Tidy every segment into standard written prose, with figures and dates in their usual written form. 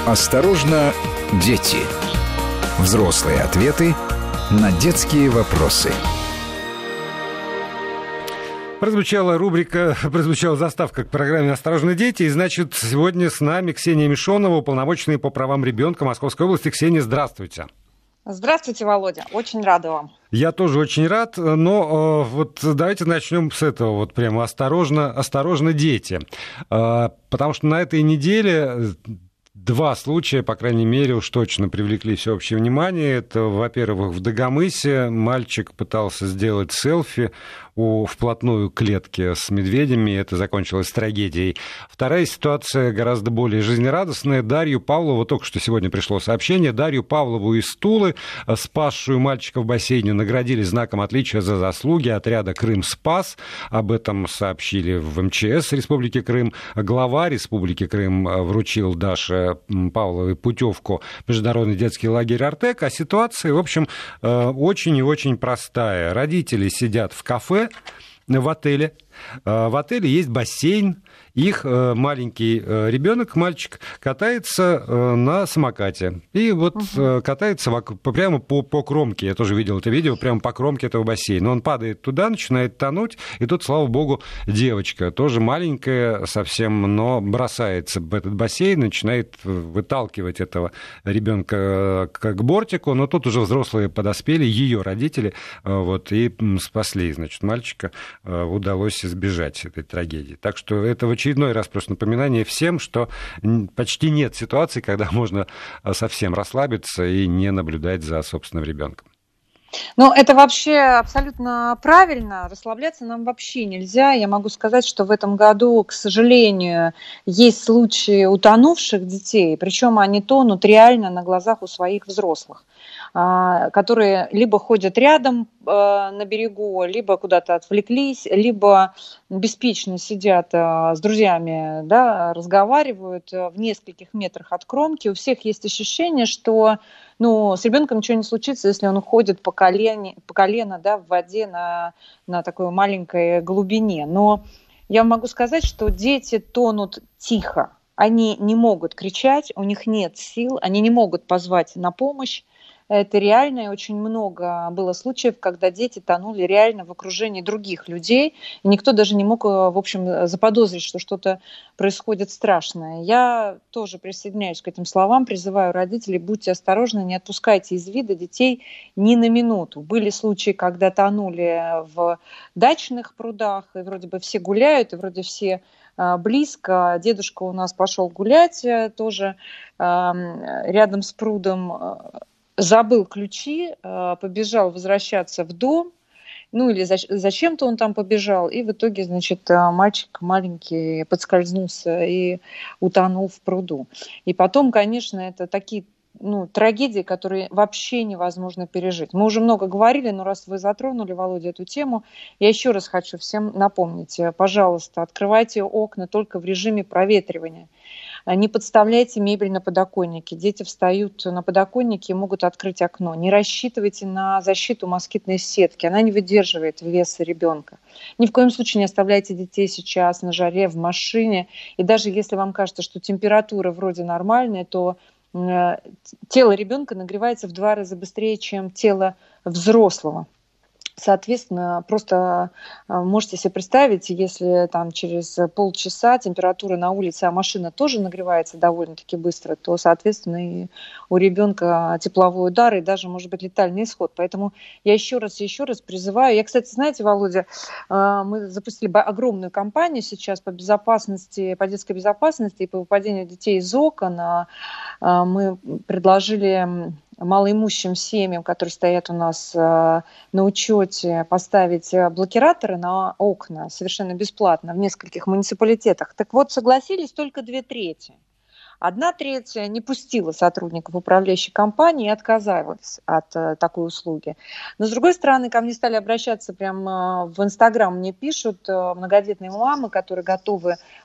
Осторожно, дети. Взрослые ответы на детские вопросы. Прозвучала заставка к программе «Осторожно, дети». И, значит, сегодня с нами Ксения Мишонова, уполномоченная по правам ребенка Московской области. Ксения, здравствуйте. Здравствуйте, Володя. Очень рада вам. Я тоже очень рад, но вот давайте начнем с этого, вот прямо осторожно, дети. Потому что на этой неделе два случая, по крайней мере, уж точно привлекли всеобщее внимание. Это, во-первых, в Дагомысе мальчик пытался сделать селфи вплотную к клетке с медведями. Это закончилось трагедией. Вторая ситуация гораздо более жизнерадостная. Дарью Павлову, только что сегодня пришло сообщение, Дарью Павлову из Тулы, спасшую мальчика в бассейне, наградили знаком отличия за заслуги отряда «Крым спас». Об этом сообщили в МЧС Республики Крым. Глава Республики Крым вручил Даше Павловой путевку в международный детский лагерь «Артек». А ситуация, в общем, очень и очень простая. Родители сидят в кафе, в отеле. В отеле есть бассейн. Их маленький ребенок, мальчик, катается на самокате. И вот катается прямо по кромке. Я тоже видел это видео, прямо по кромке этого бассейна. Он падает туда, начинает тонуть. И тут, слава богу, девочка, тоже маленькая совсем, но бросается в этот бассейн, начинает выталкивать этого ребенка к бортику. Но тут уже взрослые подоспели, ее родители, вот, и спасли, значит, мальчика. Удалось избежать этой трагедии. Так что это в очередной раз просто напоминание всем, что почти нет ситуации, когда можно совсем расслабиться и не наблюдать за собственным ребенком. Ну, это вообще абсолютно правильно. Расслабляться нам вообще нельзя. Я могу сказать, что в этом году, к сожалению, есть случаи утонувших детей, причем они тонут реально на глазах у своих взрослых, которые либо ходят рядом на берегу, либо куда-то отвлеклись, либо беспечно сидят с друзьями, да, разговаривают в нескольких метрах от кромки. У всех есть ощущение, что с ребенком ничего не случится, если он уходит по колено, да, в воде на такой маленькой глубине. Но я могу сказать, что дети тонут тихо. Они не могут кричать, у них нет сил, они не могут позвать на помощь. Это реально, и очень много было случаев, когда дети тонули реально в окружении других людей, и никто даже не мог, в общем, заподозрить, что что-то происходит страшное. Я тоже присоединяюсь к этим словам, призываю родителей: будьте осторожны, не отпускайте из вида детей ни на минуту. Были случаи, когда тонули в дачных прудах, и вроде бы все гуляют, и вроде все близко. Дедушка у нас пошел гулять тоже рядом с прудом, забыл ключи, побежал возвращаться в дом, или зачем-то он там побежал, и в итоге, значит, мальчик маленький подскользнулся и утонул в пруду. И потом, конечно, это такие трагедии, которые вообще невозможно пережить. Мы уже много говорили, но раз вы затронули, Володя, эту тему, я еще раз хочу всем напомнить: пожалуйста, открывайте окна только в режиме проветривания. Не подставляйте мебель на подоконнике. Дети встают на подоконнике и могут открыть окно. Не рассчитывайте на защиту москитной сетки. Она не выдерживает веса ребенка. Ни в коем случае не оставляйте детей сейчас на жаре в машине. И даже если вам кажется, что температура вроде нормальная, то тело ребенка нагревается в 2 раза быстрее, чем тело взрослого. Соответственно, просто можете себе представить, если там через полчаса температура на улице, а машина тоже нагревается довольно-таки быстро, то, соответственно, и у ребенка тепловой удар и даже, может быть, летальный исход. Поэтому я еще раз призываю. Я, кстати, знаете, Володя, мы запустили огромную кампанию сейчас по безопасности, по детской безопасности и по выпадению детей из окон. Мы предложили малоимущим семьям, которые стоят у нас на учете, поставить блокираторы на окна совершенно бесплатно в нескольких муниципалитетах. Так вот, согласились только 2/3. 1/3 не пустила сотрудников управляющей компании и отказалась от такой услуги. Но, с другой стороны, ко мне стали обращаться прямо в Инстаграм, мне пишут многодетные мамы, которые готовы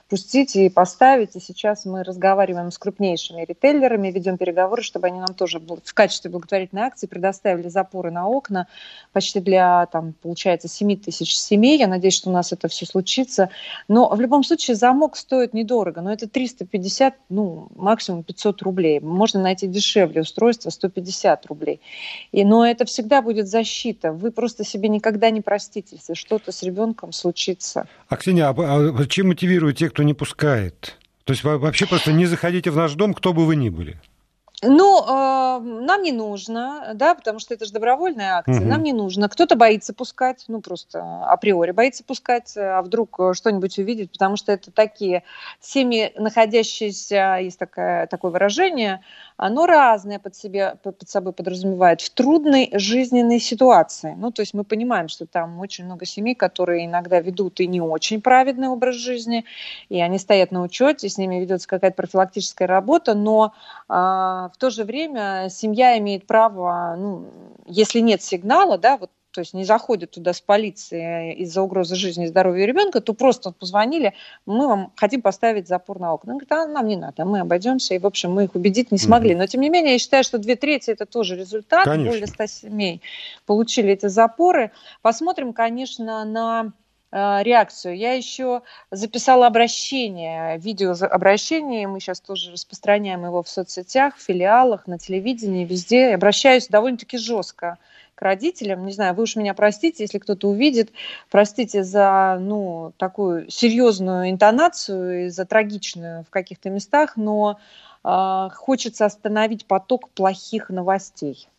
пустить и поставить. И сейчас мы разговариваем с крупнейшими ритейлерами, ведем переговоры, чтобы они нам тоже в качестве благотворительной акции предоставили запоры на окна почти для, там, получается, 7 тысяч семей. Я надеюсь, что у нас это все случится. Но в любом случае замок стоит недорого. Но это 350, максимум 500 рублей. Можно найти дешевле устройство, 150 рублей. Но это всегда будет защита. Вы просто себе никогда не простите, если что-то с ребенком случится. Ксения, а чем мотивируют те, кто не пускает? То есть вообще просто не заходите в наш дом, кто бы вы ни были. Нам не нужно, да, потому что это же добровольная акция, нам не нужно. Кто-то боится пускать, просто априори боится пускать, а вдруг что-нибудь увидит, потому что это такие семьи, находящиеся, есть такое выражение, оно разное под собой подразумевает в трудной жизненной ситуации. То есть мы понимаем, что там очень много семей, которые иногда ведут и не очень праведный образ жизни, и они стоят на учете, с ними ведется какая-то профилактическая работа, но в то же время семья имеет право, если нет сигнала, да, то есть не заходят туда с полицией из-за угрозы жизни и здоровья ребенка, то просто позвонили, мы вам хотим поставить запор на окна. Он говорит, нам не надо, мы обойдемся, и, в общем, мы их убедить не смогли. Но, тем не менее, я считаю, что 2/3 это тоже результат. Конечно. Более 100 семей получили эти запоры. Посмотрим, конечно, на реакцию. Я еще записала видеообращение, мы сейчас тоже распространяем его в соцсетях, в филиалах, на телевидении, везде. Обращаюсь довольно-таки жестко к родителям. Не знаю, вы уж меня простите, если кто-то увидит. Простите за такую серьезную интонацию и за трагичную в каких-то местах, но хочется остановить поток плохих новостей.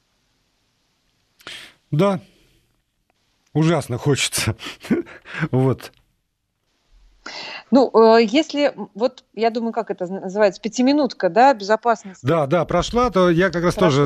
Да. Ужасно хочется. Вот. Если, я думаю, как это называется, 5-минутка, да, безопасности. Да, прошла, то я как раз тоже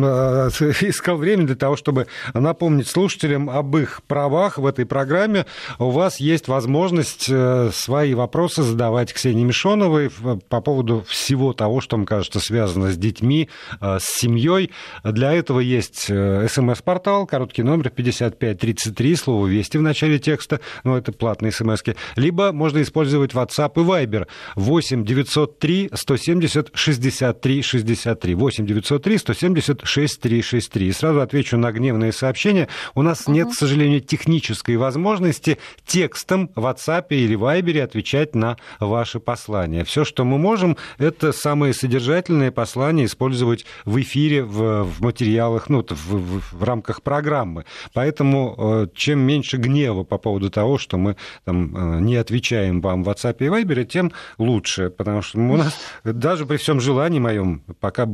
искал время для того, чтобы напомнить слушателям об их правах в этой программе. У вас есть возможность свои вопросы задавать Ксении Мишоновой по поводу всего того, что, мне кажется, связано с детьми, с семьей. Для этого есть СМС-портал, короткий номер 5533, слово «Вести» в начале текста, это платные СМСки. Либо можно использовать WhatsApp и Viber 8 903 170 63 63 8 903 170 63 63. И сразу отвечу на гневные сообщения. У нас нет, к сожалению, технической возможности текстом в WhatsApp или Viber отвечать на ваши послания. Все, что мы можем, это самые содержательные послания использовать в эфире, в материалах, в рамках программы. Поэтому чем меньше гнева по поводу того, что мы не отвечаем вам в WhatsApp и Viber, тем лучше, потому что у нас даже при всем желании моем, пока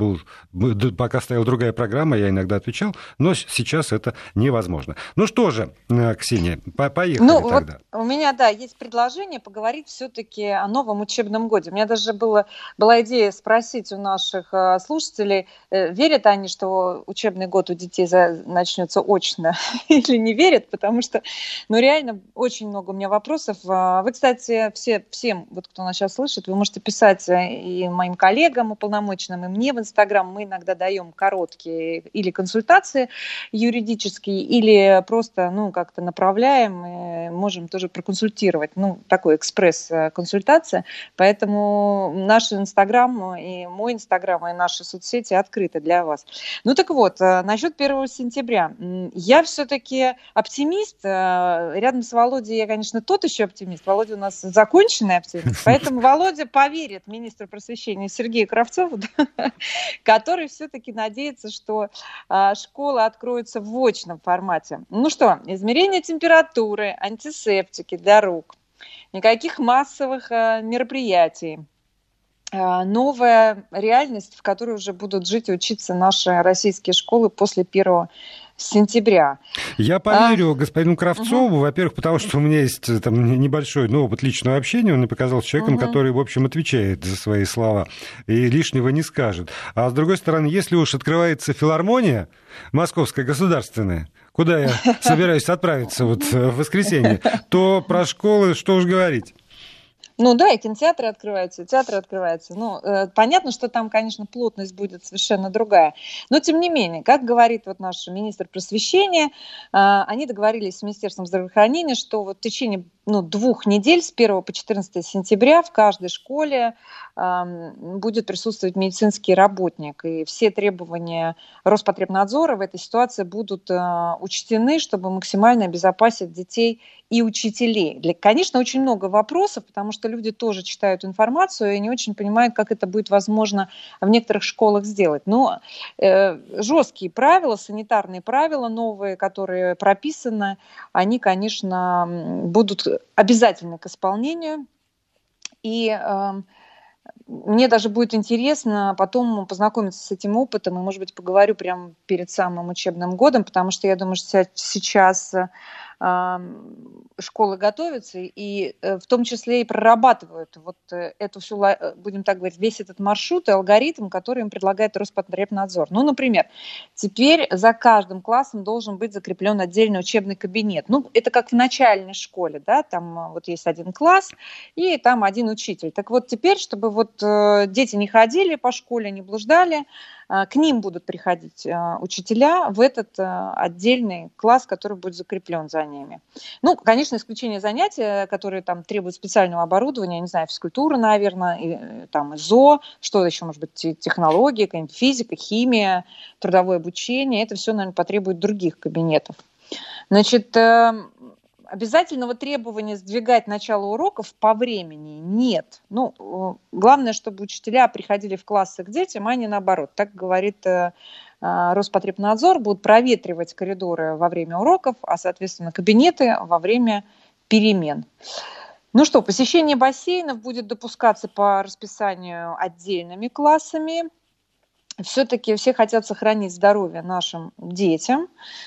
стояла другая программа, я иногда отвечал, но сейчас это невозможно. Что же, Ксения, поехали тогда. У меня, есть предложение поговорить все-таки о новом учебном годе. У меня даже была идея спросить у наших слушателей, верят они, что учебный год у детей начнется очно или не верят, потому что, реально очень много у меня вопросов. Вы, кстати, всем, кто нас сейчас слышит, вы можете писать и моим коллегам уполномоченным, и мне в Инстаграм. Мы иногда даем короткие или консультации юридические, или просто, как-то направляем, и можем тоже проконсультировать. Такой экспресс-консультация. Поэтому наш Инстаграм, и мой Инстаграм, и наши соцсети открыты для вас. Так вот, насчет 1 сентября. Я все-таки оптимист. Рядом с Володей я, конечно, тот еще оптимист. Володя у нас законченный оптимист. Поэтому Володя поверит министру просвещения Сергею Кравцову, который все-таки надеется, что школы откроются в очном формате. Измерение температуры, антисептики для рук, никаких массовых мероприятий. Новая реальность, в которой уже будут жить и учиться наши российские школы после 1 сентября. Я поверю господину Кравцову, во-первых, потому что у меня есть небольшой опыт личного общения, он мне показался человеком, который, в общем, отвечает за свои слова и лишнего не скажет. А с другой стороны, если уж открывается филармония, Московская государственная, куда я собираюсь отправиться в воскресенье, то про школы что уж говорить. И кинотеатры открываются, и театры открываются. Понятно, что там, конечно, плотность будет совершенно другая. Но, тем не менее, как говорит наш министр просвещения, они договорились с Министерством здравоохранения, что в течение 2 недель с 1 по 14 сентября в каждой школе будет присутствовать медицинский работник. И все требования Роспотребнадзора в этой ситуации будут учтены, чтобы максимально обезопасить детей и учителей. Конечно, очень много вопросов, потому что люди тоже читают информацию и не очень понимают, как это будет возможно в некоторых школах сделать. Но жесткие правила, санитарные правила новые, которые прописаны, они, конечно, будут обязательны к исполнению. И мне даже будет интересно потом познакомиться с этим опытом и, может быть, поговорю прямо перед самым учебным годом, потому что я думаю, что сейчас школы готовятся и в том числе и прорабатывают вот эту всю, будем так говорить, весь этот маршрут и алгоритм, который им предлагает Роспотребнадзор. Ну, например, теперь за каждым классом должен быть закреплен отдельный учебный кабинет. Ну, это как в начальной школе, да, там вот есть один класс и там один учитель. Так вот теперь, чтобы вот дети не ходили по школе, не блуждали, к ним будут приходить учителя в этот отдельный класс, который будет закреплен за ними. Ну, конечно, исключение занятий, которые там требуют специального оборудования, я не знаю, физкультура, наверное, и, там ИЗО, что еще, может быть, технологии, какая-нибудь физика, химия, трудовое обучение, это все, наверное, потребует других кабинетов. Значит, обязательного требования сдвигать начало уроков по времени нет. Ну, главное, чтобы учителя приходили в классы к детям, а не наоборот. Так говорит Роспотребнадзор, будут проветривать коридоры во время уроков, а, соответственно, кабинеты во время перемен. Ну что, посещение бассейнов будет допускаться по расписанию отдельными классами. Все-таки все хотят сохранить здоровье нашим детям.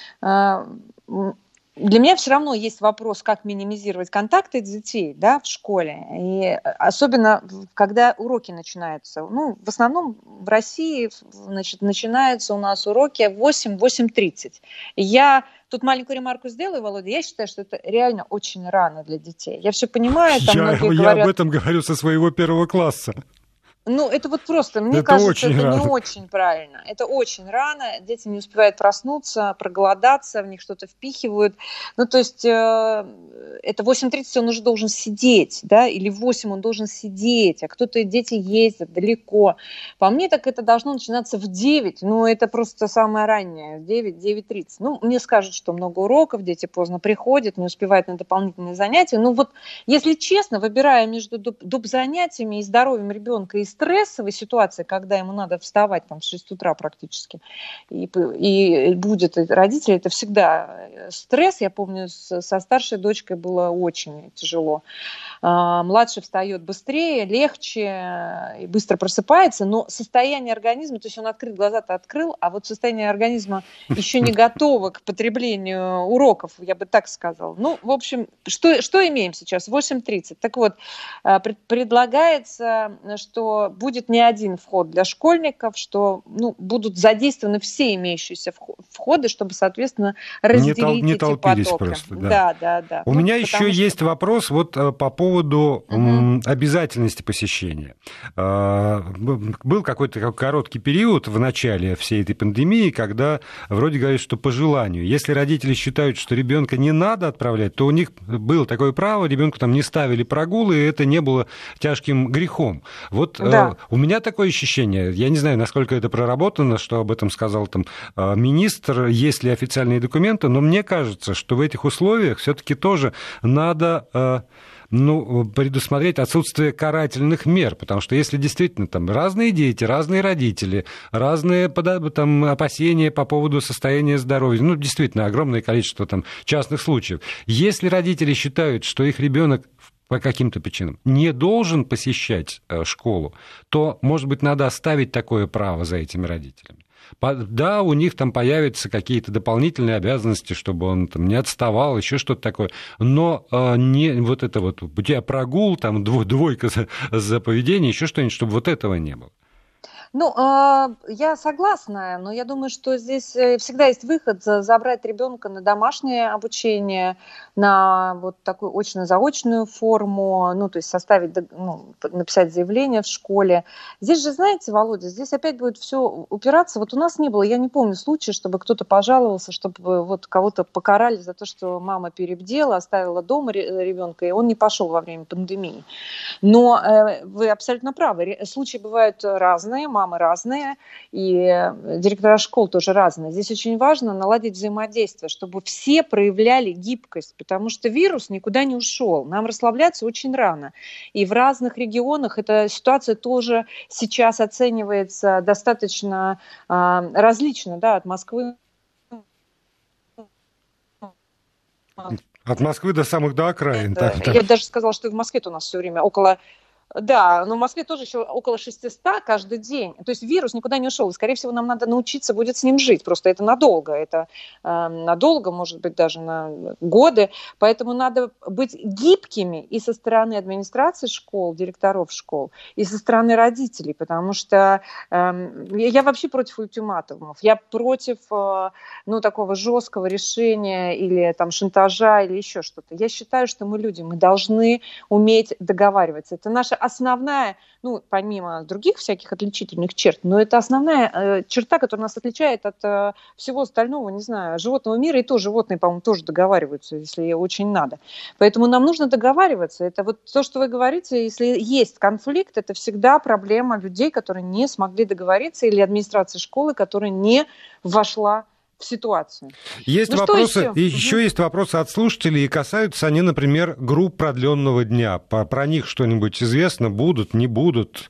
Для меня все равно есть вопрос, как минимизировать контакты детей, да, в школе. И особенно, когда уроки начинаются. Ну, в основном в России, значит, начинаются у нас уроки 8-8:30. Я тут маленькую ремарку сделаю, Володя. Я считаю, что это реально очень рано для детей. Я все понимаю, там многие говорят... Я об этом говорю со своего 1 класса. Ну, это вот просто, мне кажется, это не очень правильно. Это очень рано, дети не успевают проснуться, проголодаться, в них что-то впихивают. Ну, то есть, это 8:30 он уже должен сидеть, да, или в 8 он должен сидеть, а кто-то, дети ездят далеко. По мне, так это должно начинаться в 9, ну, это просто самое раннее, в 9-9:30. Ну, мне скажут, что много уроков, дети поздно приходят, не успевают на дополнительные занятия. Ну, вот, если честно, выбирая между доп. Занятиями и здоровьем ребенка, и стрессовой ситуации, когда ему надо вставать там, в 6 утра практически, и будет родители, это всегда стресс. Я помню, со старшей дочкой было очень тяжело. Младший встает быстрее, легче и быстро просыпается, но состояние организма, то есть он открыл, глаза-то открыл, а вот состояние организма еще не готово к потреблению уроков, я бы так сказала. Ну, в общем, что имеем сейчас? 8:30. Так вот, предлагается, что будет не один вход для школьников, что будут задействованы все имеющиеся входы, чтобы, соответственно, разделить не эти толпились потоки. Просто, да. Да. У меня еще есть вопрос вот по поводу обязательности посещения. Был какой-то короткий период в начале всей этой пандемии, когда вроде говорят, что по желанию. Если родители считают, что ребенка не надо отправлять, то у них было такое право, ребенку там не ставили прогулы, и это не было тяжким грехом. Вот у меня такое ощущение, я не знаю, насколько это проработано, что об этом сказал там министр, есть ли официальные документы, но мне кажется, что в этих условиях все-таки тоже надо предусмотреть отсутствие карательных мер, потому что если действительно там разные дети, разные родители, разные там опасения по поводу состояния здоровья, действительно огромное количество там частных случаев. Если родители считают, что их ребенок по каким-то причинам не должен посещать школу, то, может быть, надо оставить такое право за этими родителями. Да, у них там появятся какие-то дополнительные обязанности, чтобы он там не отставал, еще что-то такое, но не вот это вот, у тебя прогул, там двойка за поведение, еще что-нибудь, чтобы вот этого не было. Ну, я согласна, но я думаю, что здесь всегда есть выход забрать ребенка на домашнее обучение, на вот такую очно-заочную форму, ну, то есть составить, написать заявление в школе. Здесь же, знаете, Володя, здесь опять будет все упираться. Вот у нас не было, я не помню случая, чтобы кто-то пожаловался, чтобы вот кого-то покарали за то, что мама перебдела, оставила дома ребенка, и он не пошел во время пандемии. Но вы абсолютно правы. Случаи бывают разные, мамы разные, и директора школ тоже разные. Здесь очень важно наладить взаимодействие, чтобы все проявляли гибкость, потому что вирус никуда не ушел. Нам расслабляться очень рано. И в разных регионах эта ситуация тоже сейчас оценивается достаточно различно, да, от Москвы. От Москвы до окраин. Я даже сказала, что и в Москве-то у нас все время около... Да, но в Москве тоже еще около 600 каждый день. То есть вирус никуда не ушел. И, скорее всего, нам надо научиться будет с ним жить. Просто это надолго. Это надолго, может быть, даже на годы. Поэтому надо быть гибкими и со стороны администрации школ, директоров школ, и со стороны родителей. Потому что я вообще против ультиматумов. Я против такого жесткого решения или там шантажа или еще что-то. Я считаю, что мы люди, мы должны уметь договариваться. Это наша основная, помимо других всяких отличительных черт, но это основная черта, которая нас отличает от всего остального, не знаю, животного мира. И то животные, по-моему, тоже договариваются, если очень надо. Поэтому нам нужно договариваться. Это вот то, что вы говорите, если есть конфликт, это всегда проблема людей, которые не смогли договориться, или администрации школы, которая не вошла в ситуацию. Есть вопросы, еще есть вопросы от слушателей, и касаются они, например, групп продленного дня. Про них что-нибудь известно? Будут, не будут?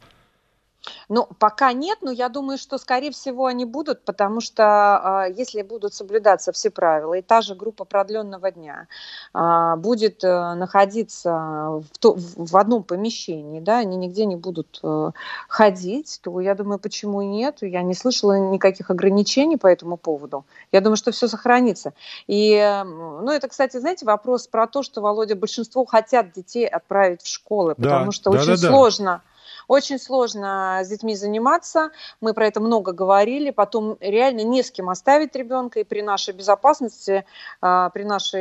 Пока нет, но я думаю, что, скорее всего, они будут, потому что если будут соблюдаться все правила, и та же группа продленного дня будет находиться в одном помещении, да, они нигде не будут ходить, то я думаю, почему и нет? Я не слышала никаких ограничений по этому поводу. Я думаю, что все сохранится. И, это, кстати, знаете, вопрос про то, что, Володя, большинство хотят детей отправить в школы, потому что очень сложно. Очень сложно с детьми заниматься, мы про это много говорили, потом реально не с кем оставить ребенка, и при нашей безопасности, при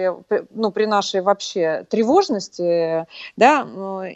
нашей вообще тревожности, да,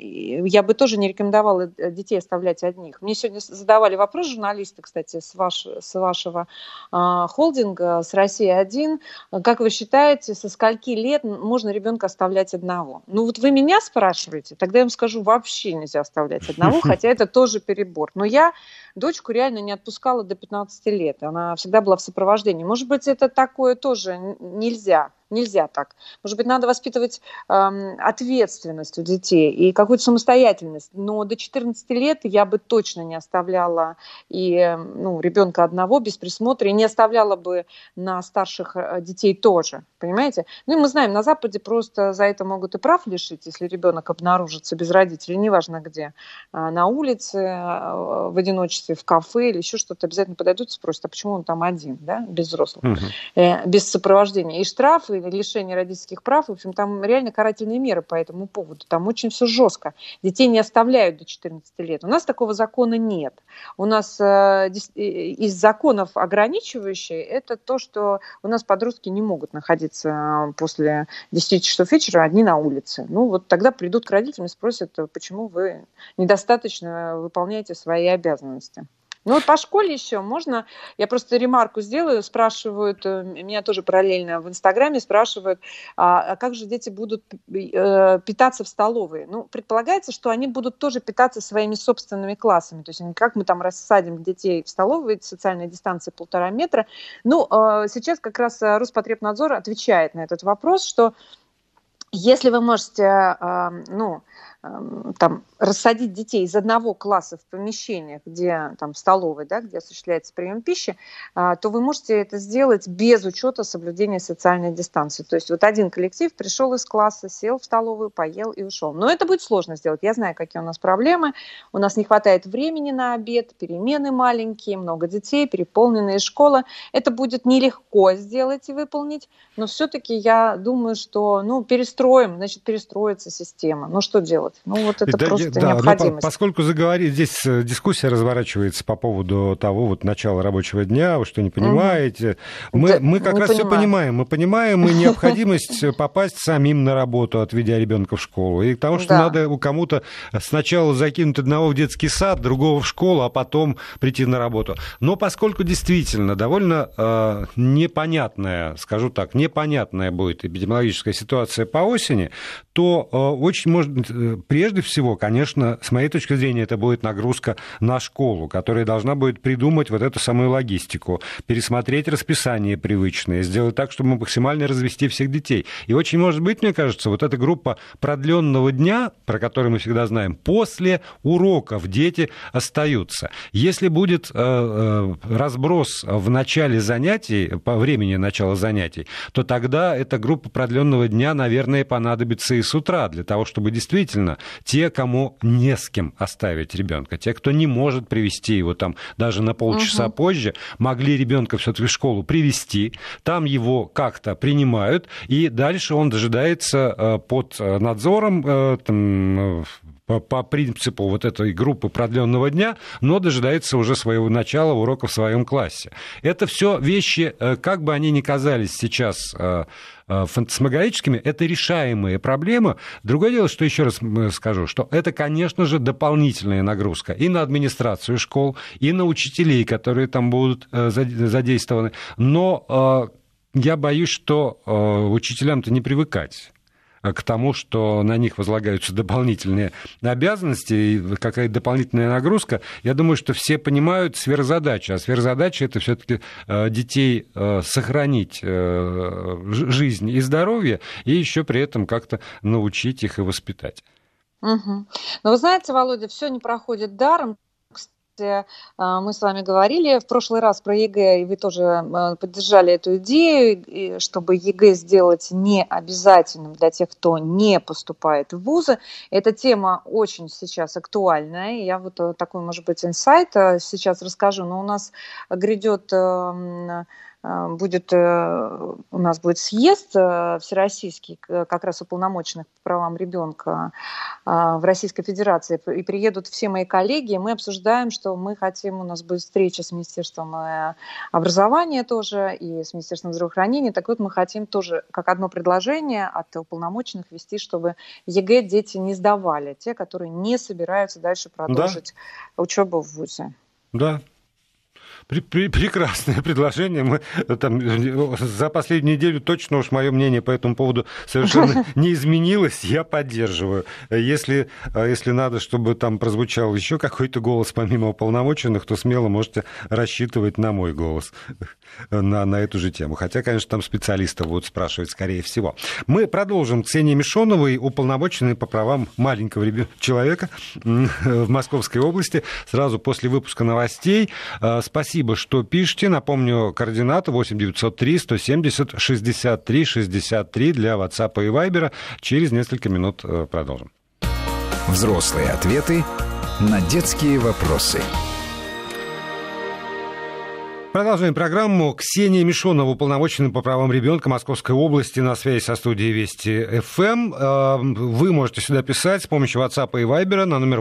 я бы тоже не рекомендовала детей оставлять одних. Мне сегодня задавали вопрос журналисты, кстати, с вашего холдинга, с «Россия-1», как вы считаете, со скольки лет можно ребенка оставлять одного? Вот вы меня спрашиваете, тогда я вам скажу, вообще нельзя оставлять одного, хотя это тоже перебор. Но я дочку реально не отпускала до 15 лет. Она всегда была в сопровождении. Может быть, это такое тоже нельзя. Нельзя так. Может быть, надо воспитывать ответственность у детей и какую-то самостоятельность. Но до 14 лет я бы точно не оставляла ребенка одного без присмотра, и не оставляла бы на старших детей тоже. Понимаете? И мы знаем, на Западе просто за это могут и прав лишить, если ребенок обнаружится без родителей, неважно где. На улице, в одиночестве, в кафе или еще что-то, обязательно подойдут и спросят, а почему он там один, да, без взрослых, без сопровождения. И штрафы, или лишение родительских прав, в общем, там реально карательные меры по этому поводу. Там очень все жестко. Детей не оставляют до 14 лет. У нас такого закона нет. У нас из законов ограничивающих это то, что у нас подростки не могут находиться после 10 часов вечера одни на улице. Тогда придут к родителям и спросят, почему вы недостаточно выполняете свои обязанности. По школе еще можно, я просто ремарку сделаю, спрашивают, меня тоже параллельно в Инстаграме спрашивают, а как же дети будут питаться в столовой? Предполагается, что они будут тоже питаться своими собственными классами, то есть как мы там рассадим детей в столовой, социальная дистанция 1,5 метра. Сейчас как раз Роспотребнадзор отвечает на этот вопрос, что если вы можете, рассадить детей из одного класса в помещениях, где там в столовой, да, где осуществляется прием пищи, то вы можете это сделать без учета соблюдения социальной дистанции. То есть один коллектив пришел из класса, сел в столовую, поел и ушел. Но это будет сложно сделать. Я знаю, какие у нас проблемы. У нас не хватает времени на обед, перемены маленькие, много детей, переполненные школы. Это будет нелегко сделать и выполнить, но все-таки я думаю, что перестроится система. Что делать? Вот это просто необходимость. Поскольку здесь дискуссия разворачивается по поводу того начала рабочего дня, вы что не понимаете. Мы как раз все понимаем. Мы понимаем и необходимость попасть самим на работу, отведя ребенка в школу. И потому что надо кому-то сначала закинуть одного в детский сад, другого в школу, а потом прийти на работу. Но поскольку действительно довольно непонятная, скажу так, непонятная будет эпидемиологическая ситуация по осени, то очень может, прежде всего, конечно, с моей точки зрения, это будет нагрузка на школу, которая должна будет придумать вот эту самую логистику, пересмотреть расписание привычное, сделать так, чтобы максимально развести всех детей. И очень может быть, мне кажется, вот эта группа продленного дня, про которую мы всегда знаем, после уроков дети остаются. Если будет разброс в начале занятий, по времени начала занятий, то тогда эта группа продленного дня, наверное, понадобится и с утра, для того, чтобы действительно те, кому не с кем оставить ребенка, те, кто не может привести его там даже на полчаса позже, могли ребенка все-таки в школу привести, там его как-то принимают, и дальше он дожидается под надзором по принципу вот этой группы продленного дня, но дожидается уже своего начала урока в своем классе. Это все вещи, как бы они ни казались сейчас фантасмагорическими, это решаемые проблемы. Другое дело, что еще раз скажу, что это, конечно же, дополнительная нагрузка и на администрацию школ, и на учителей, которые там будут задействованы. Но я боюсь, что учителям-то не привыкать к тому, что на них возлагаются дополнительные обязанности и какая-то дополнительная нагрузка. Я думаю, что все понимают сверхзадачу. А сверхзадача — это все-таки детей сохранить жизнь и здоровье, и еще при этом как-то научить их и воспитать. Но вы знаете, Володя, все не проходит даром. Мы с вами говорили в прошлый раз про ЕГЭ, и вы тоже поддержали эту идею, чтобы ЕГЭ сделать необязательным для тех, кто не поступает в вузы. Эта тема очень сейчас актуальная. Я вот такой, может быть, инсайт сейчас расскажу, но у нас грядет... у нас будет съезд всероссийский, как раз уполномоченных по правам ребенка в Российской Федерации, и приедут все мои коллеги, мы обсуждаем, что мы хотим, у нас будет встреча с Министерством образования тоже и с Министерством здравоохранения, так вот мы хотим тоже, как одно предложение от уполномоченных ввести, чтобы ЕГЭ дети не сдавали, те, которые не собираются дальше продолжить учебу в вузе. Да. Прекрасное предложение. Мы там за последнюю неделю точно уж мое мнение по этому поводу совершенно не изменилось. Я поддерживаю. Если надо, чтобы там прозвучал еще какой-то голос помимо уполномоченных, то смело можете рассчитывать на мой голос на эту же тему. Хотя, конечно, там специалисты будут спрашивать, скорее всего. Мы продолжим. Ксения Мишоновой, уполномоченной по правам маленького человека в Московской области, сразу после выпуска новостей. Спасибо, что пишете. Напомню, координаты 8-903-170-63-63 для WhatsApp и Viber. Через несколько минут продолжим. Взрослые ответы на детские вопросы. Продолжаем программу. Ксения Мишонова, уполномоченная по правам ребенка Московской области, на связи со студией Вести ФМ. Вы можете сюда писать с помощью WhatsApp и Viber на номер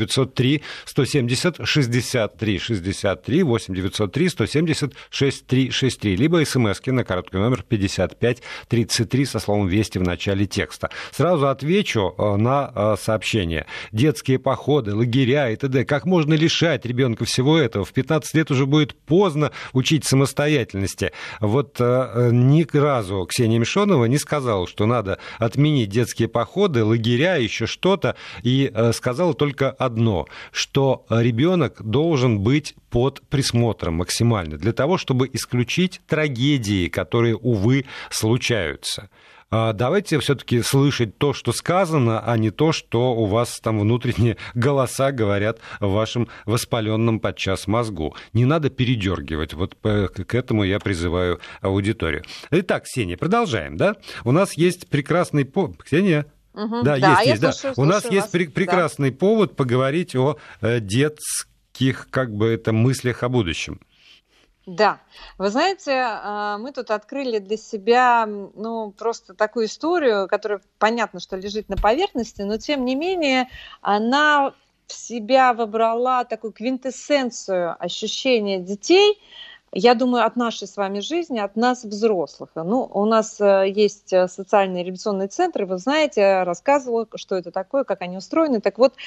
8-903-170-63-63, 8-903-170-6363, либо смски на короткий номер 5533 со словом «Вести» в начале текста. Сразу отвечу на сообщение. Детские походы, лагеря и т.д. Как можно лишать ребенка всего этого? В 15 лет уже будет поздно учить самостоятельности. Вот ни разу Ксения Мишонова не сказала, что надо отменить детские походы, лагеря, еще что-то, и сказала только одно, что ребенок должен быть под присмотром максимально, для того, чтобы исключить трагедии, которые, увы, случаются. Давайте все-таки слышать то, что сказано, а не то, что у вас там внутренние голоса говорят в вашем воспаленном подчас мозгу. Не надо передергивать. Вот к этому я призываю аудиторию. Итак, Ксения, продолжаем, да? У нас есть прекрасный повод. Ксения? Да, есть. Слушаю, у нас есть прекрасный повод поговорить о детских, мыслях о будущем. Да, вы знаете, мы тут открыли для себя, просто такую историю, которая, понятно, что лежит на поверхности, но тем не менее она в себя вобрала такую квинтэссенцию ощущения детей, я думаю, от нашей с вами жизни, от нас, взрослых. У нас есть социальные реабилитационные центры, вы знаете, я рассказывала, что это такое, как они устроены. Так вот,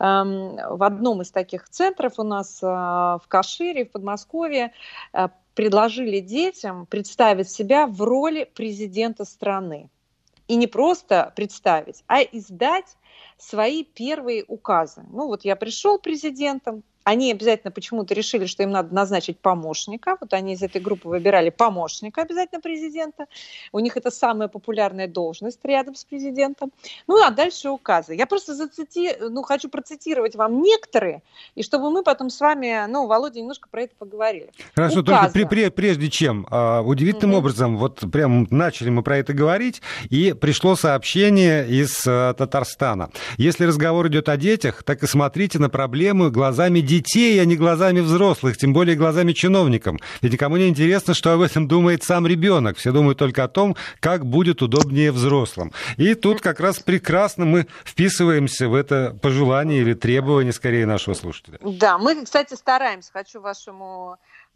в одном из таких центров у нас в Кашире, в Подмосковье, предложили детям представить себя в роли президента страны. И не просто представить, а издать свои первые указы. Я пришел президентом, они обязательно почему-то решили, что им надо назначить помощника. Вот они из этой группы выбирали помощника обязательно президента. У них это самая популярная должность рядом с президентом. А дальше указы. Я просто хочу процитировать вам некоторые, и чтобы мы потом с вами, Володя, немножко про это поговорили. Хорошо, Указы. только прежде чем, удивительным образом, вот прям начали мы про это говорить, и пришло сообщение из Татарстана. Если разговор идет о детях, так и смотрите на проблему глазами детей, а не глазами взрослых, тем более глазами чиновников. Ведь никому не интересно, что об этом думает сам ребенок. Все думают только о том, как будет удобнее взрослым. И тут как раз прекрасно мы вписываемся в это пожелание или требование, скорее, нашего слушателя. Да, мы, кстати, стараемся. Хочу вашему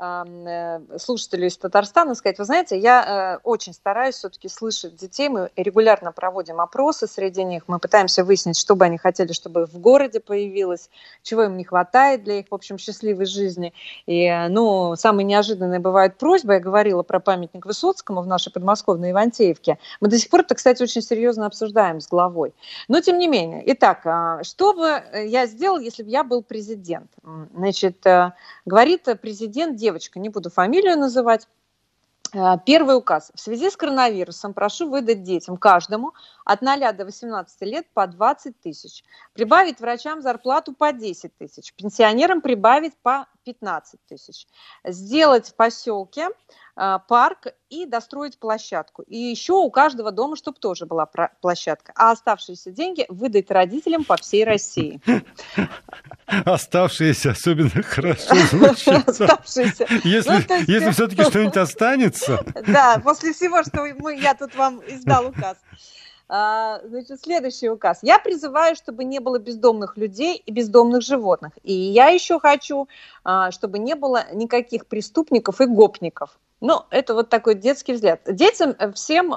слушателю из Татарстана сказать, вы знаете, я очень стараюсь все-таки слышать детей, мы регулярно проводим опросы среди них, мы пытаемся выяснить, что бы они хотели, чтобы в городе появилось, чего им не хватает для их, в общем, счастливой жизни. И, самые неожиданные бывают просьбы, я говорила про памятник Высоцкому в нашей подмосковной Ивантеевке, мы до сих пор это, кстати, очень серьезно обсуждаем с главой. Но, тем не менее, итак, что бы я сделал, если бы я был президент? Значит, говорит президент, девочка, не буду фамилию называть. Первый указ. В связи с коронавирусом прошу выдать детям, каждому, от 0 до 18 лет по 20 тысяч. Прибавить врачам зарплату по 10 тысяч. Пенсионерам прибавить по 15 тысяч. Сделать в поселке парк и достроить площадку. И еще у каждого дома, чтобы тоже была площадка. А оставшиеся деньги выдать родителям по всей России. Оставшиеся особенно хорошо звучит. Оставшиеся. Если все-таки что-нибудь останется. Да, после всего, что я тут вам издал указ. Значит, следующий указ. Я призываю, чтобы не было бездомных людей и бездомных животных. И я еще хочу, чтобы не было никаких преступников и гопников. Это вот такой детский взгляд. Детям всем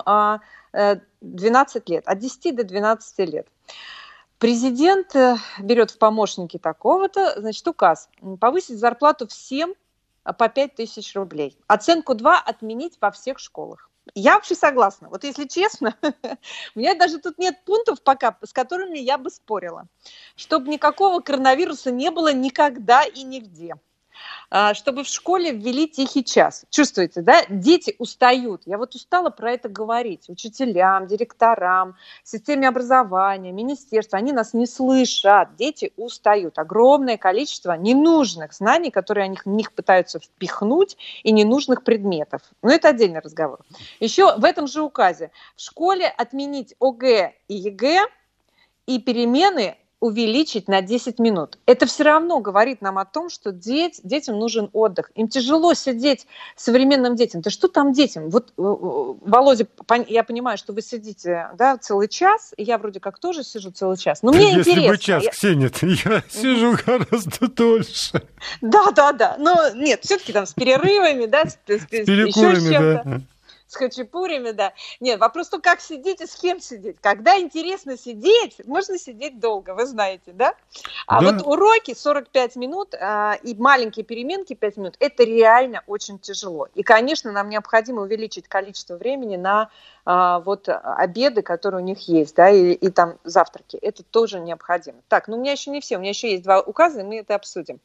12 лет, от 10 до 12 лет. Президент берет в помощники такого-то, значит, указ. Повысить зарплату всем по 5 тысяч рублей. Оценку 2 отменить во всех школах. Я вообще согласна. Вот если честно, у меня даже тут нет пунктов пока, с которыми я бы спорила. Чтобы никакого коронавируса не было никогда и нигде. Чтобы в школе ввели тихий час. Чувствуете, да? Дети устают. Я вот устала про это говорить. Учителям, директорам, системе образования, министерству. Они нас не слышат. Дети устают. Огромное количество ненужных знаний, которые они в них пытаются впихнуть, и ненужных предметов. Но это отдельный разговор. Еще в этом же указе в школе отменить ОГЭ и ЕГЭ и перемены увеличить на 10 минут. Это все равно говорит нам о том, что детям нужен отдых. Им тяжело сидеть современным детям. Да что там детям? Вот, Володя, я понимаю, что вы сидите, да, целый час, и я вроде как тоже сижу целый час. Но мне интересно. Если бы час, Ксения, я сижу гораздо дольше. Да. Но нет, все-таки там с перерывами, да, с перекурами, еще с чем-то. Да. С хачапурями, да. Нет, вопрос то, как сидеть и с кем сидеть. Когда интересно сидеть, можно сидеть долго, вы знаете, да? А да. Вот уроки 45 минут и маленькие переменки 5 минут, это реально очень тяжело. И, конечно, нам необходимо увеличить количество времени на вот обеды, которые у них есть, да, и там завтраки. Это тоже необходимо. Так, у меня еще не все, у меня еще есть 2 указа, и мы это обсудим.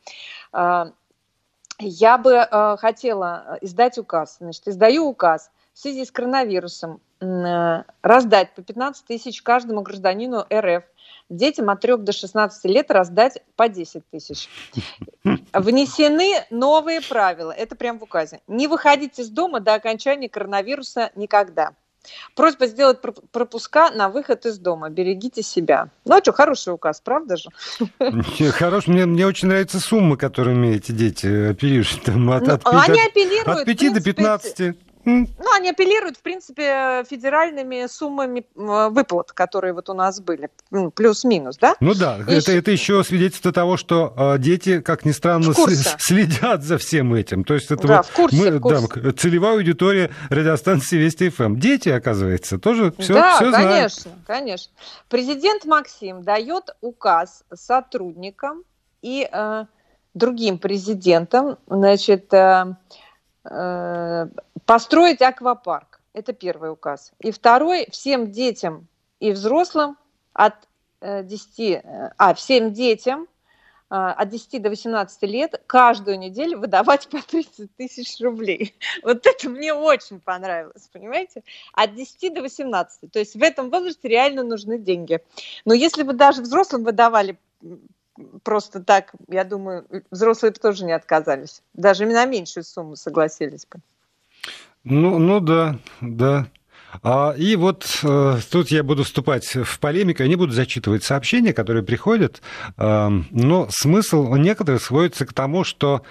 Я бы хотела издать указ. Значит, издаю указ в связи с коронавирусом раздать по 15 тысяч каждому гражданину РФ, детям от 3 до 16 лет раздать по 10 тысяч. Внесены новые правила, это прям в указе. Не выходить из дома до окончания коронавируса никогда. Просьба сделать пропуска на выход из дома. Берегите себя. Ну, а что, хороший указ, правда же? Хорош. Мне очень нравятся суммы, которыми эти дети апеллируют. Они апеллируют, от 5 до 15. Ну, они апеллируют, в принципе, федеральными суммами выплат, которые вот у нас были, плюс-минус, да? Ну да, это еще свидетельство того, что дети, как ни странно, следят за всем этим. То есть это да, в курсе. Да, целевая аудитория радиостанции Вести ФМ. Дети, оказывается, тоже все знают. Да, конечно. Президент Максим дает указ сотрудникам и другим президентам, значит, построить аквапарк. Это первый указ. И второй, всем детям и взрослым всем детям от 10 до 18 лет каждую неделю выдавать по 30 тысяч рублей. Вот это мне очень понравилось, понимаете? От 10 до 18. То есть в этом возрасте реально нужны деньги. Но если бы даже взрослым выдавали просто так, я думаю, взрослые бы тоже не отказались. Даже на меньшую сумму согласились бы. Ну да. И вот тут я буду вступать в полемику, я не буду зачитывать сообщения, которые приходят, но смысл некоторых сводится к тому, что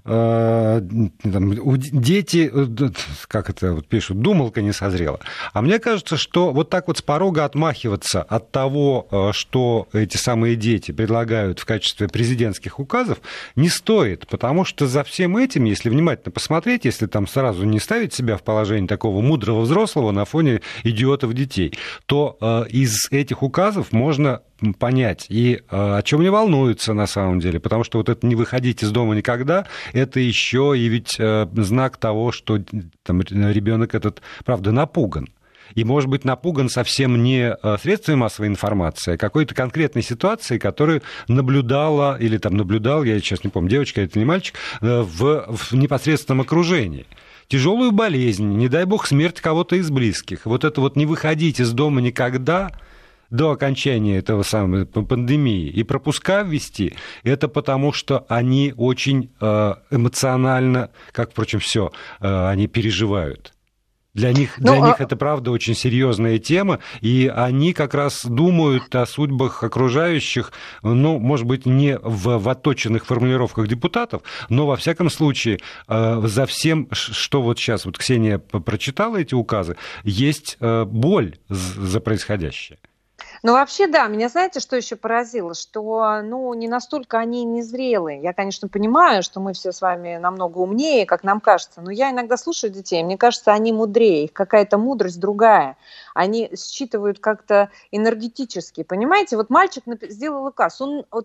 дети, как это вот пишут, думалка не созрела. А мне кажется, что вот так вот с порога отмахиваться от того, что эти самые дети предлагают в качестве президентских указов, не стоит, потому что за всем этим, если внимательно посмотреть, если там сразу не ставить себя в положение такого мудрого взрослого на фоне идиотов детей, то из этих указов можно понять, и о чем они волнуются на самом деле, потому что вот это «не выходить из дома никогда», это еще и ведь знак того, что там ребенок этот, правда, напуган. И, может быть, напуган совсем не средствами массовой информации, а какой-то конкретной ситуацией, которую наблюдал, я сейчас не помню, девочка это или мальчик, в непосредственном окружении. Тяжелую болезнь, не дай бог, смерть кого-то из близких. Вот это вот «не выходить из дома никогда» до окончания этого самой пандемии и пропуска ввести, это потому, что они очень эмоционально, как, впрочем, все, они переживают. Для них это, правда, очень серьезная тема, и они как раз думают о судьбах окружающих, может быть, не в отточенных формулировках депутатов, но, во всяком случае, за всем, что вот сейчас вот Ксения прочитала эти указы, есть боль за происходящее. Ну, вообще, да, меня знаете, что еще поразило? Что, не настолько они незрелые. Я, конечно, понимаю, что мы все с вами намного умнее, как нам кажется, но я иногда слушаю детей, мне кажется, они мудрее, их какая-то мудрость другая. Они считывают как-то энергетически, понимаете? Вот мальчик сделал указ,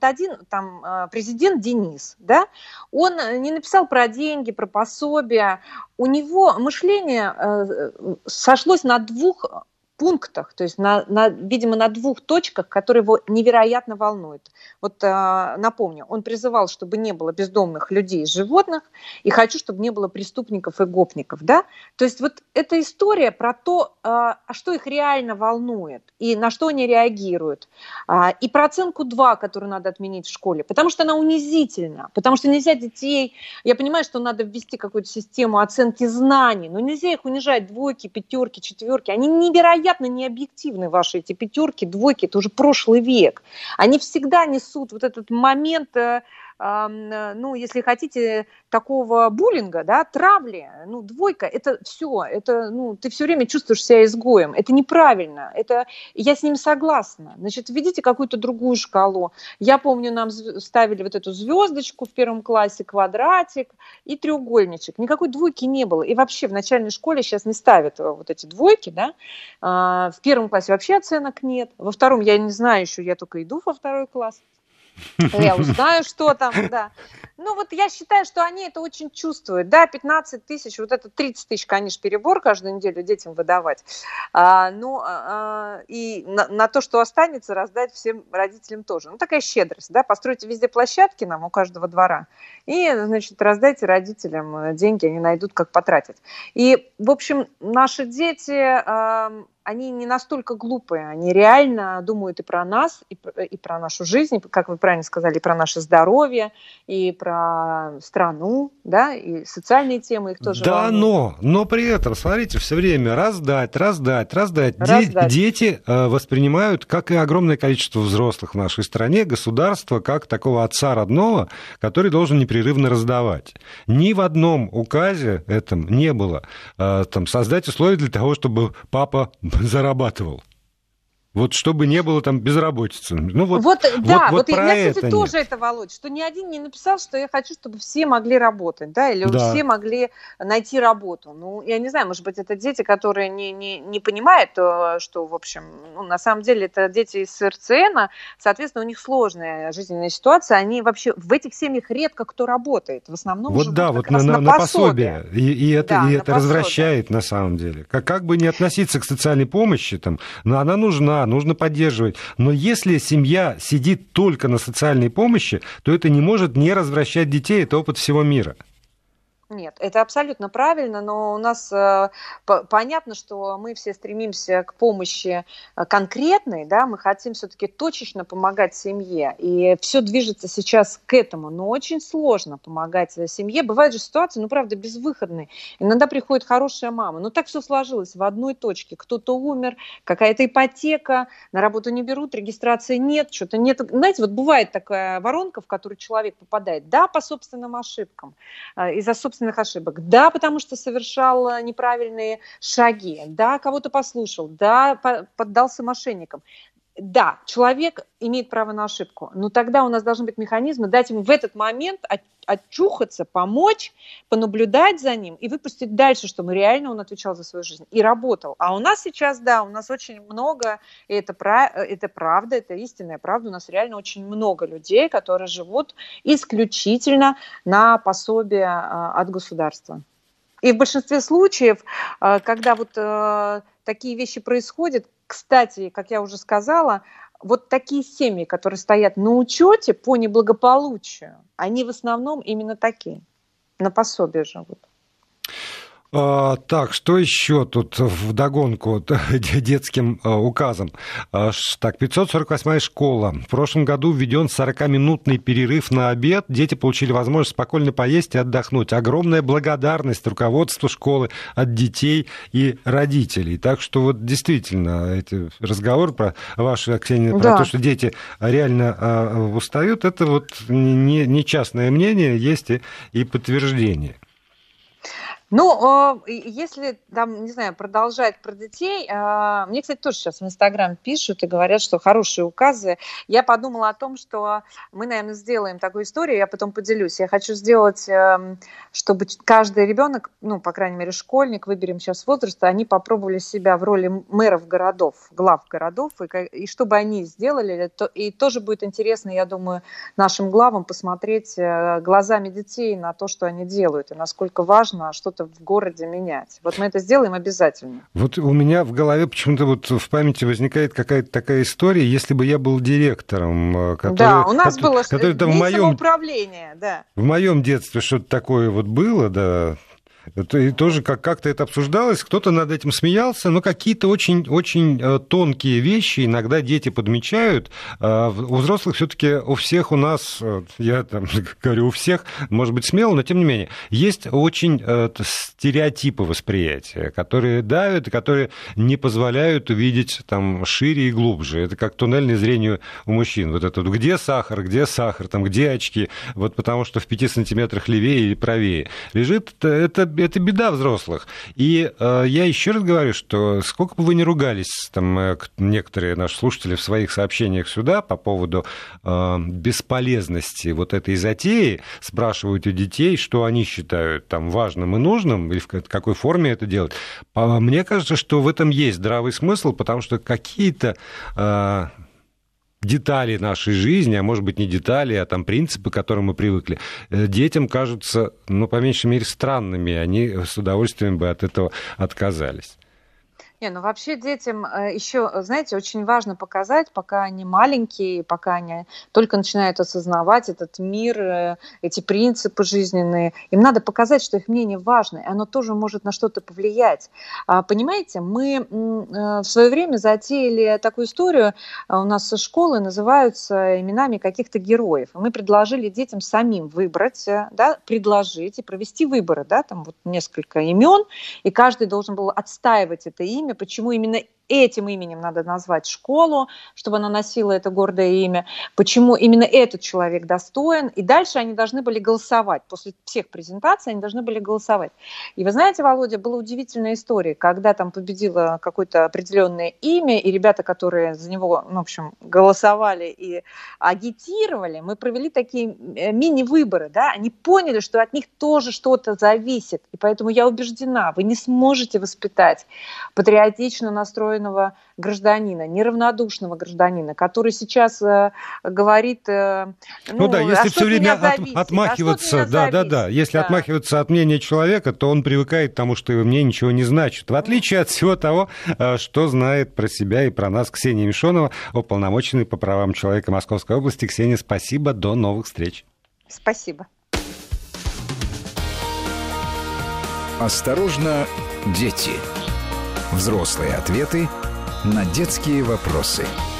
президент Денис, да, он не написал про деньги, про пособия, у него мышление сошлось на двух пунктах, то есть, видимо, на двух точках, которые его невероятно волнуют. Вот напомню, он призывал, чтобы не было бездомных людей и животных, и хочу, чтобы не было преступников и гопников, да? То есть вот эта история про то, что их реально волнует и на что они реагируют, и про оценку 2, которую надо отменить в школе, потому что она унизительна, потому что нельзя детей, я понимаю, что надо ввести какую-то систему оценки знаний, но нельзя их унижать 2, 5, 4, они невероятно необъективны, ваши эти 5, 2, это уже прошлый век. Они всегда несут вот этот момент, если хотите, такого буллинга, да, травли, 2, это все, это, ты все время чувствуешь себя изгоем, это неправильно, я с ним согласна, значит, введите какую-то другую шкалу. Я помню, нам ставили вот эту звездочку в 1 классе, квадратик и треугольничек, никакой 2 не было, и вообще в начальной школе сейчас не ставят вот эти 2, да, в 1 классе вообще оценок нет, во 2 я не знаю еще, я только иду во 2 класс. Я узнаю, что там, да. Я считаю, что они это очень чувствуют. Да, 15 тысяч, вот это 30 тысяч, конечно, перебор каждую неделю детям выдавать. И на то, что останется, раздать всем родителям тоже. Такая щедрость, да, постройте везде площадки нам у каждого двора и, значит, раздайте родителям деньги, они найдут, как потратить. И, в общем, наши дети... они не настолько глупые, они реально думают и про нас, и про нашу жизнь, как вы правильно сказали, и про наше здоровье, и про страну, да, и социальные темы их тоже волнуют. Но при этом, смотрите, все время раздать. Дети воспринимают, как и огромное количество взрослых в нашей стране, государство как такого отца родного, который должен непрерывно раздавать. Ни в одном указе этом не было создать условия для того, чтобы папа зарабатывал. Вот чтобы не было там безработицы. Ну, вот я, кстати, тоже это, Володь, что ни один не написал, что я хочу, чтобы все могли работать, да, или все могли найти работу. Ну, я не знаю, может быть, это дети, которые не понимают, что, в общем, на самом деле это дети из РЦН, соответственно, у них сложная жизненная ситуация, они вообще, в этих семьях редко кто работает, в основном живут как раз на пособие. И это развращает на самом деле. Как бы не относиться к социальной помощи, но она нужно поддерживать. Но если семья сидит только на социальной помощи, то это не может не развращать детей, это опыт всего мира. Нет, это абсолютно правильно, но у нас понятно, что мы все стремимся к помощи конкретной, да, мы хотим все-таки точечно помогать семье, и все движется сейчас к этому, но очень сложно помогать семье. Бывают же ситуации, правда, безвыходные. Иногда приходит хорошая мама, но так все сложилось в одной точке. Кто-то умер, какая-то ипотека, на работу не берут, регистрации нет, что-то нет. Знаете, вот бывает такая воронка, в которую человек попадает, да, по собственным ошибкам, из-за собственных ошибок, да, потому что совершал неправильные шаги, да, кого-то послушал, да, поддался мошенникам. Да, человек имеет право на ошибку, но тогда у нас должны быть механизмы дать ему в этот момент очухаться, помочь, понаблюдать за ним и выпустить дальше, чтобы реально он отвечал за свою жизнь и работал. А у нас сейчас, да, у нас очень много, и это правда, это истинная правда, у нас реально очень много людей, которые живут исключительно на пособие от государства. И в большинстве случаев, когда вот такие вещи происходят, кстати, как я уже сказала, вот такие семьи, которые стоят на учете по неблагополучию, они в основном именно такие, на пособие живут. Так, что еще тут вдогонку детским указом? Так, 548-я школа. В прошлом году введен 40-минутный перерыв на обед. Дети получили возможность спокойно поесть и отдохнуть. Огромная благодарность руководству школы от детей и родителей. Так что вот действительно, эти разговоры про ваши, Ксения, про то, что дети реально устают, это вот не частное мнение, есть и подтверждение. Ну, если, там, не знаю, продолжать про детей, мне, кстати, тоже сейчас в Инстаграм пишут и говорят, что хорошие указы. Я подумала о том, что мы, наверное, сделаем такую историю, я потом поделюсь. Я хочу сделать, чтобы каждый ребенок, ну, по крайней мере, школьник, выберем сейчас возраст, они попробовали себя в роли мэров городов, глав городов, и чтобы они сделали, и тоже будет интересно, я думаю, нашим главам посмотреть глазами детей на то, что они делают, и насколько важно что-то в городе менять. Вот мы это сделаем обязательно. Вот у меня в голове почему-то вот в памяти возникает какая-то такая история, если бы я был директором, у нас было самоуправление, да. В моем детстве что-то такое вот было, да. И тоже как-то это обсуждалось, кто-то над этим смеялся, но какие-то очень тонкие вещи иногда дети подмечают. У взрослых все-таки у всех у нас, я там говорю у всех, может быть смело, но тем не менее, есть очень стереотипы восприятия, которые давят и которые не позволяют увидеть там шире и глубже. Это как туннельное зрение у мужчин. Вот это где сахар, там, где очки, вот потому что в 5 сантиметрах левее и правее лежит, это беда взрослых. И я еще раз говорю, что сколько бы вы ни ругались, там, некоторые наши слушатели в своих сообщениях сюда по поводу бесполезности вот этой затеи, спрашивают у детей, что они считают там важным и нужным, или в какой форме это делать. Мне кажется, что в этом есть здравый смысл, потому что какие-то детали нашей жизни, а может быть не детали, а там принципы, к которым мы привыкли, детям кажутся, ну, по меньшей мере, странными, они с удовольствием бы от этого отказались. Не, ну вообще детям еще, знаете, очень важно показать, пока они маленькие, пока они только начинают осознавать этот мир, эти принципы жизненные, им надо показать, что их мнение важно, и оно тоже может на что-то повлиять. Понимаете, мы в свое время затеяли такую историю, у нас школы называются именами каких-то героев, мы предложили детям самим выбрать, да, предложить и провести выборы, да, там вот несколько имен, и каждый должен был отстаивать это имя, почему именно этим именем надо назвать школу, чтобы она носила это гордое имя, почему именно этот человек достоин, и дальше они должны были голосовать. После всех презентаций они должны были голосовать. И вы знаете, Володя, была удивительная история, когда там победило какое-то определенное имя, и ребята, которые за него, в общем, голосовали и агитировали, мы провели такие мини-выборы, да, они поняли, что от них тоже что-то зависит, и поэтому я убеждена, вы не сможете воспитать патриотично настроенного гражданина, неравнодушного гражданина, который сейчас говорит, если все время отмахиваться, если отмахиваться от мнения человека, то он привыкает к тому, что его мнение ничего не значит. В отличие от всего того, что знает про себя и про нас Ксения Мишонова, уполномоченный по правам человека Московской области. Ксения, спасибо, до новых встреч. Спасибо. Осторожно, дети. Взрослые ответы на детские вопросы.